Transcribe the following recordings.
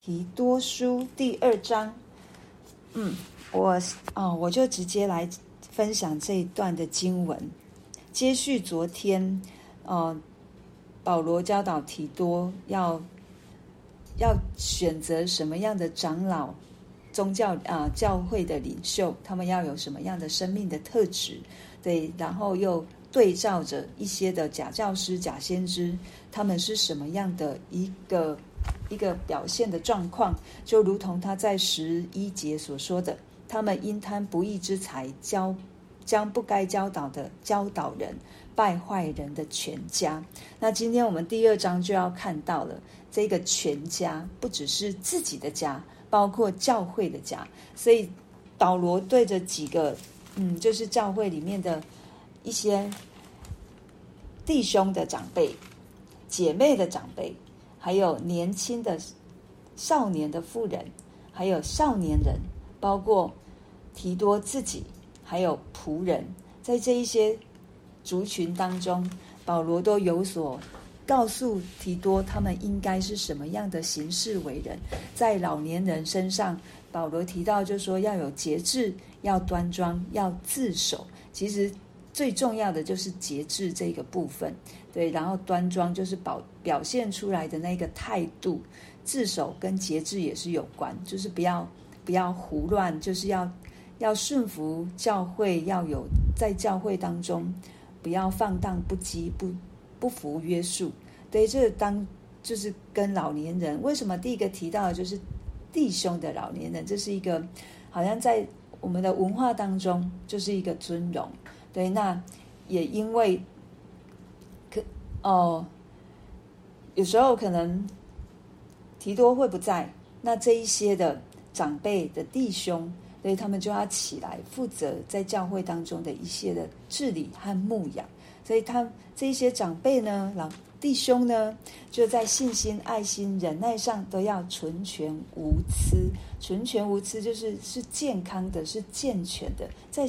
提多书第2章。我就直接来分享这一段的经文，接续昨天保罗教导提多要选择什么样的长老、宗教教会的领袖，他们要有什么样的生命的特质，对，然后又对照着一些的假教师、假先知，他们是什么样的一个表现的状况，就如同他在11节所说的，他们因贪不义之财将不该教导的教导人，败坏人的全家。那今天我们第2章就要看到了，这个全家不只是自己的家，包括教会的家。所以保罗对着几个就是教会里面的一些弟兄的长辈、姐妹的长辈，还有年轻的少年的妇人，还有少年人，包括提多自己，还有仆人，在这一些族群当中，保罗都有所告诉提多他们应该是什么样的行事为人。在老年人身上，保罗提到就说要有节制，要端庄，要自守。其实最重要的就是节制这个部分，对，然后端庄就是表现出来的那个态度，自守跟节制也是有关，就是不要胡乱，就是要顺服教会，要有在教会当中不要放荡不羁，不服约束。对，这就是跟老年人，为什么第一个提到的就是弟兄的老年人，这是一个好像在我们的文化当中就是一个尊荣。对，那也因为有时候可能提多会不在，那这一些的长辈的弟兄，所以他们就要起来负责在教会当中的一些的治理和牧养。所以这一些长辈呢，老弟兄呢，就在信心、爱心、忍耐上都要纯全无疵。纯全无疵就是健康的，是健全的。在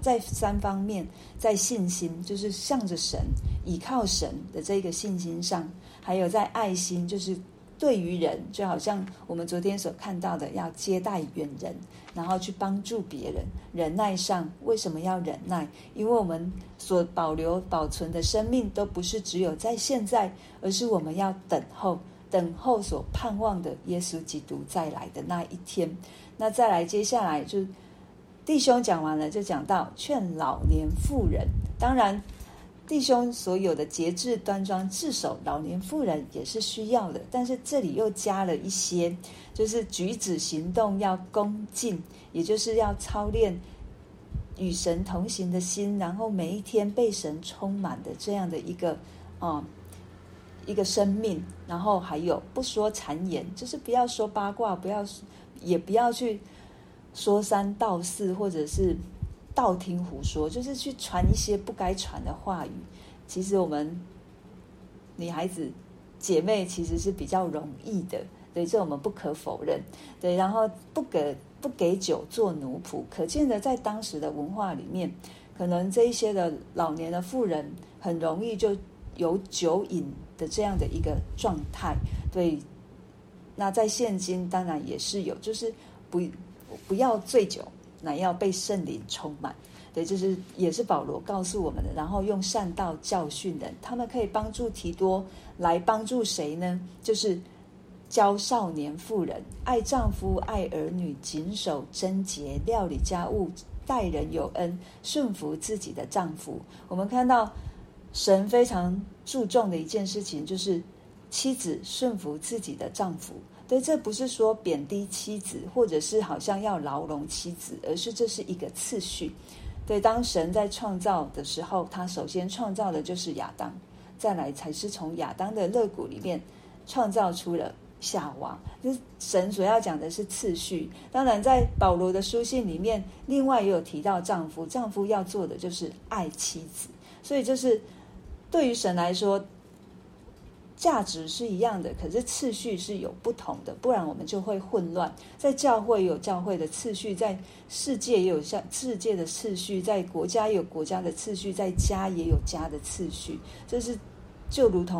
3方面，在信心，就是向着神、倚靠神的这个信心上，还有在爱心，就是对于人，就好像我们昨天所看到的，要接待远人，然后去帮助别人。忍耐上，为什么要忍耐？因为我们所保存的生命都不是只有在现在，而是我们要等候所盼望的耶稣基督再来的那一天。那再来，接下来就弟兄讲完了，就讲到劝老年妇人。当然弟兄所有的节制、端庄、自守，老年妇人也是需要的，但是这里又加了一些，就是举止行动要恭敬，也就是要操练与神同行的心，然后每一天被神充满的这样的一个生命。然后还有不说谗言，就是不要说八卦，也不要去说三道四，或者是道听途说，就是去传一些不该传的话语。其实我们女孩子姐妹其实是比较容易的，对，这我们不可否认。对，然后不给酒做奴仆，可见的在当时的文化里面，可能这一些的老年的妇人很容易就有酒瘾的这样的一个状态。对，那在现今当然也是有，就是不要醉酒，乃要被圣灵充满。对，就是也是保罗告诉我们的。然后用善道教训人，他们可以帮助提多来帮助谁呢？就是教少年妇人爱丈夫、爱儿女，谨守贞洁，料理家务，待人有恩，顺服自己的丈夫。我们看到神非常注重的一件事情，就是妻子顺服自己的丈夫。对，这不是说贬低妻子，或者是好像要牢笼妻子，而是这是一个次序。对，当神在创造的时候，他首先创造的就是亚当，再来才是从亚当的肋骨里面创造出了夏娃。就是神所要讲的是次序。当然在保罗的书信里面，另外也有提到丈夫要做的就是爱妻子。所以就是对于神来说，价值是一样的，可是次序是有不同的，不然我们就会混乱。在教会有教会的次序，在世界也有世界的次序，在国家也有国家的次序，在家也有家的次序。这是就如同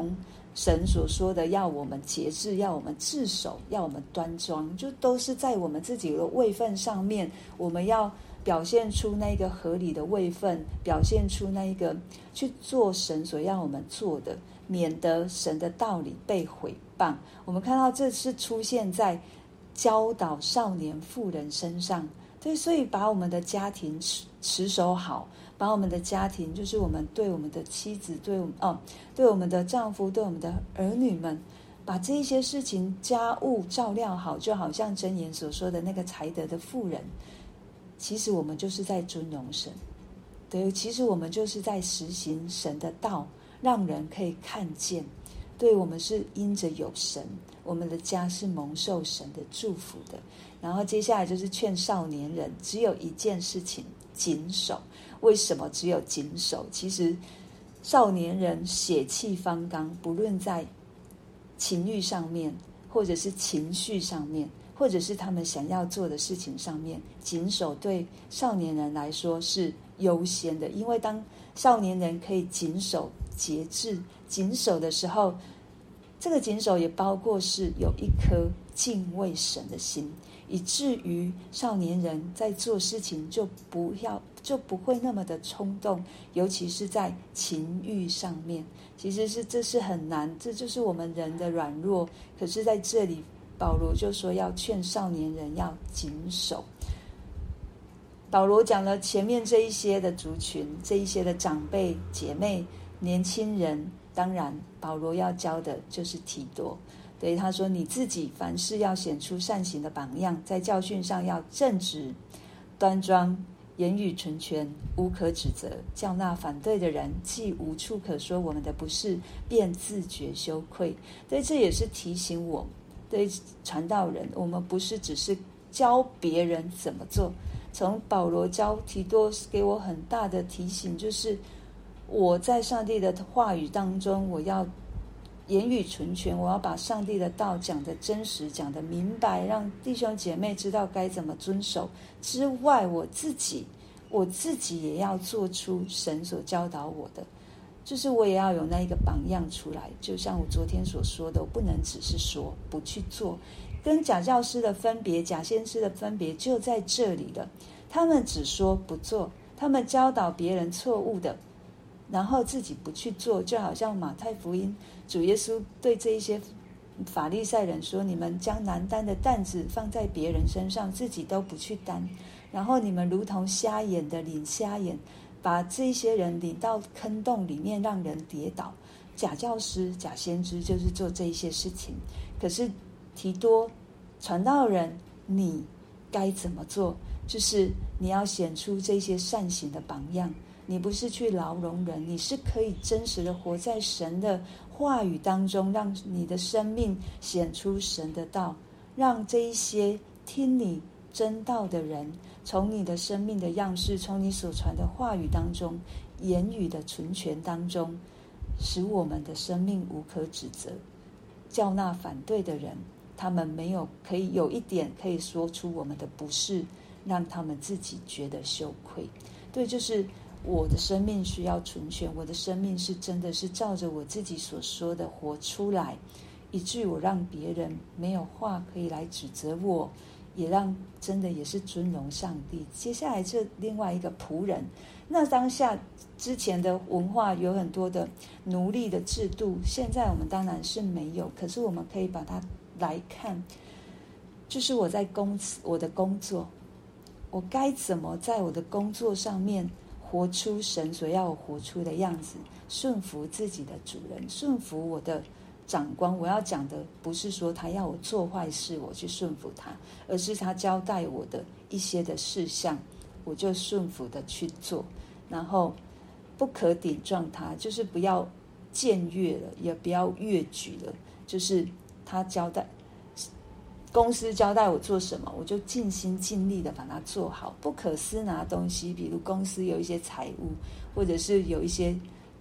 神所说的要我们节制，要我们自守，要我们端庄，就都是在我们自己的位分上面，我们要表现出那个合理的位分，表现出那一个去做神所要我们做的，免得神的道理被毁谤。我们看到这是出现在教导少年妇人身上。对，所以把我们的家庭持守好，把我们的家庭，就是我们对我们的妻子，对我们的丈夫，对我们的儿女们，把这一些事情家务照料好，就好像箴言所说的那个才德的妇人，其实我们就是在尊荣神。对，其实我们就是在实行神的道，让人可以看见。对，我们是因着有神，我们的家是蒙受神的祝福的。然后接下来就是劝少年人，只有一件事情，谨守。为什么只有谨守？其实少年人血气方刚，不论在情欲上面，或者是情绪上面，或者是他们想要做的事情上面，谨守对少年人来说是优先的。因为当少年人可以谨守节制，谨守的时候，这个谨守也包括是有一颗敬畏神的心，以至于少年人在做事情就不会那么的冲动，尤其是在情欲上面。其实这是很难，这就是我们人的软弱。可是在这里保罗就说要劝少年人要谨守。保罗讲了前面这一些的族群，这一些的长辈姐妹年轻人，当然保罗要教的就是提多。对，他说你自己凡事要显出善行的榜样，在教训上要正直端庄，言语纯全，无可指责，叫那反对的人既无处可说我们的不是，便自觉羞愧。对，这也是提醒我，对传道人，我们不是只是教别人怎么做。从保罗教提多给我很大的提醒，就是我在上帝的话语当中，我要言语纯全，我要把上帝的道讲得真实，讲得明白，让弟兄姐妹知道该怎么遵守之外，我自己也要做出神所教导我的，就是我也要有那一个榜样出来。就像我昨天所说的，我不能只是说不去做。跟假教师的分别，假先知的分别就在这里了。他们只说不做，他们教导别人错误的，然后自己不去做。就好像马太福音，主耶稣对这一些法利赛人说，你们将难担的担子放在别人身上，自己都不去担，然后你们如同瞎眼的领瞎眼，把这些人领到坑洞里面，让人跌倒。假教师假先知就是做这一些事情。可是提多传道人，你该怎么做？就是你要显出这些善行的榜样。你不是去牢笼人，你是可以真实的活在神的话语当中，让你的生命显出神的道，让这一些听你真道的人，从你的生命的样式，从你所传的话语当中，言语的纯全当中，使我们的生命无可指责，叫那反对的人，他们没有可以有一点可以说出我们的不是，让他们自己觉得羞愧。对，就是我的生命需要纯全，我的生命是真的是照着我自己所说的活出来，以至于我让别人没有话可以来指责我，也让真的也是尊荣上帝。接下来这另外一个仆人，那当下之前的文化有很多的奴隶的制度，现在我们当然是没有，可是我们可以把它来看，就是我在我的工作，我该怎么在我的工作上面活出神所要我活出的样子，顺服自己的主人，顺服我的长官。我要讲的不是说他要我做坏事我去顺服他，而是他交代我的一些的事项，我就顺服的去做，然后不可顶撞他，就是不要僭越了，也不要越矩了，就是他交代公司交代我做什么，我就尽心尽力的把它做好，不可私拿东西。比如公司有一些财务，或者是有一些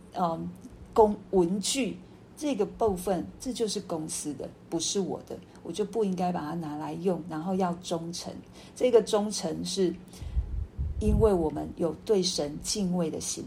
文具，这个部分这就是公司的，不是我的，我就不应该把它拿来用。然后要忠诚，这个忠诚是因为我们有对神敬畏的心，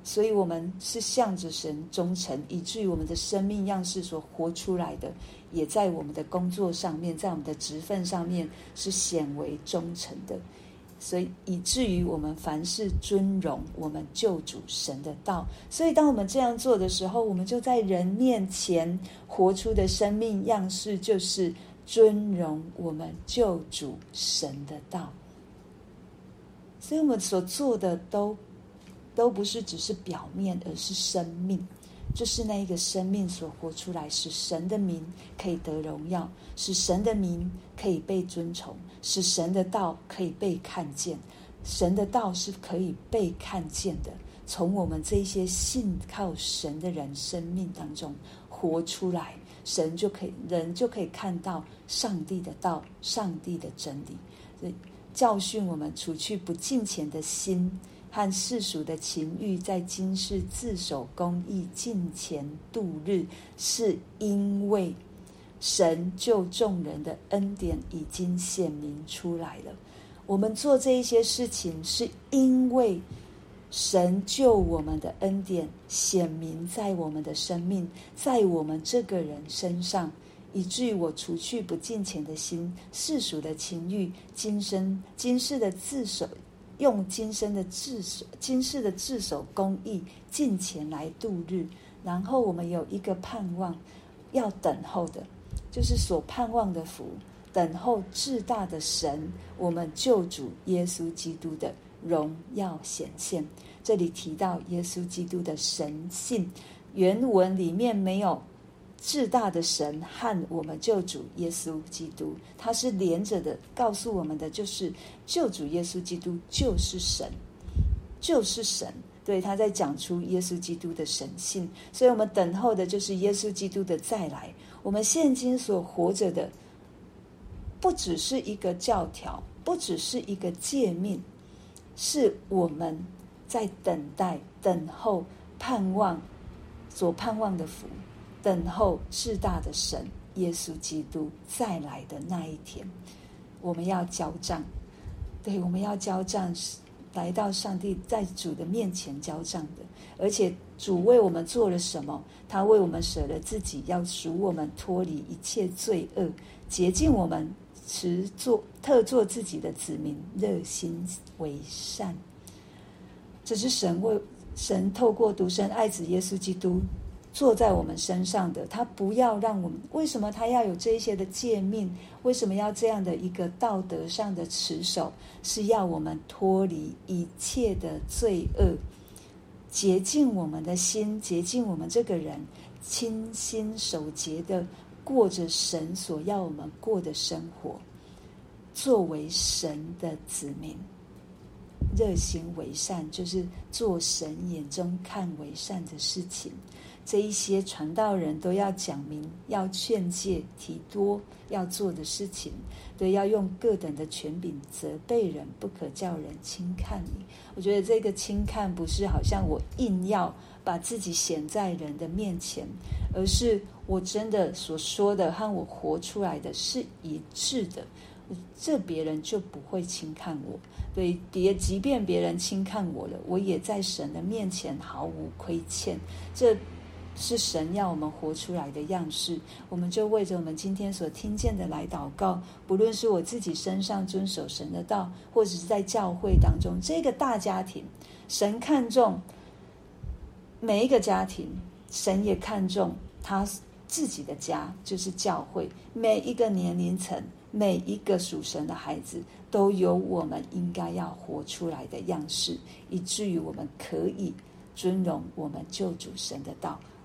所以我们是向着神忠诚，以至于我们的生命样式所活出来的，也在我们的工作上面，在我们的职分上面是显为忠诚的。所以以至于我们凡事尊荣我们救主神的道。所以当我们这样做的时候，我们就在人面前活出的生命样式，就是尊荣我们救主神的道。所以我们所做的都不是只是表面，而是生命，就是那一个生命所活出来，使神的名可以得荣耀，使神的名可以被尊崇，使神的道可以被看见。神的道是可以被看见的，从我们这些信靠神的人生命当中活出来，人就可以看到上帝的道，上帝的真理。所以教训我们除去不敬虔的心和世俗的情欲，在今世自守公义，敬虔度日，是因为神救众人的恩典已经显明出来了。我们做这一些事情，是因为神救我们的恩典显明在我们的生命，在我们这个人身上，以至于我除去不敬虔的心，世俗的情欲，今世的自守，用今世的自守公义，敬虔来度日。然后我们有一个盼望要等候的，就是所盼望的福，等候至大的神，我们救主耶稣基督的荣耀显现。这里提到耶稣基督的神性，原文里面没有至大的神和我们救主耶稣基督，它是连着的，告诉我们的就是救主耶稣基督就是神，就是神。对，他在讲出耶稣基督的神性，所以我们等候的就是耶稣基督的再来。我们现今所活着的，不只是一个教条，不只是一个诫命，是我们在等待、等候、盼望所盼望的福，等候至大的神耶稣基督再来的那一天。我们要交账，对，我们要交账，来到上帝在主的面前交账的。而且主为我们做了什么？他为我们舍了自己，要赎我们脱离一切罪恶，洁净我们，特做自己的子民，热心为善。这是神透过独生爱子耶稣基督坐在我们身上的。他不要让我们，为什么他要有这一些的诫命？为什么要这样的一个道德上的持守？是要我们脱离一切的罪恶，洁净我们的心，洁净我们这个人，清心守节的过着神所要我们过的生活，作为神的子民，热心为善，就是做神眼中看为善的事情。这一些传道人都要讲明，要劝诫提多要做的事情。对，要用各等的权柄责备人，不可叫人轻看你。我觉得这个轻看不是好像我硬要把自己显在人的面前，而是我真的所说的和我活出来的是一致的，这别人就不会轻看我。对，即便别人轻看我了，我也在神的面前毫无亏欠。这是神要我们活出来的样式。我们就为着我们今天所听见的来祷告，不论是我自己身上遵守神的道，或者是在教会当中这个大家庭，神看重每一个家庭，神也看重他自己的家，就是教会。每一个年龄层，每一个属神的孩子，都有我们应该要活出来的样式，以至于我们可以尊荣我们救主神的道。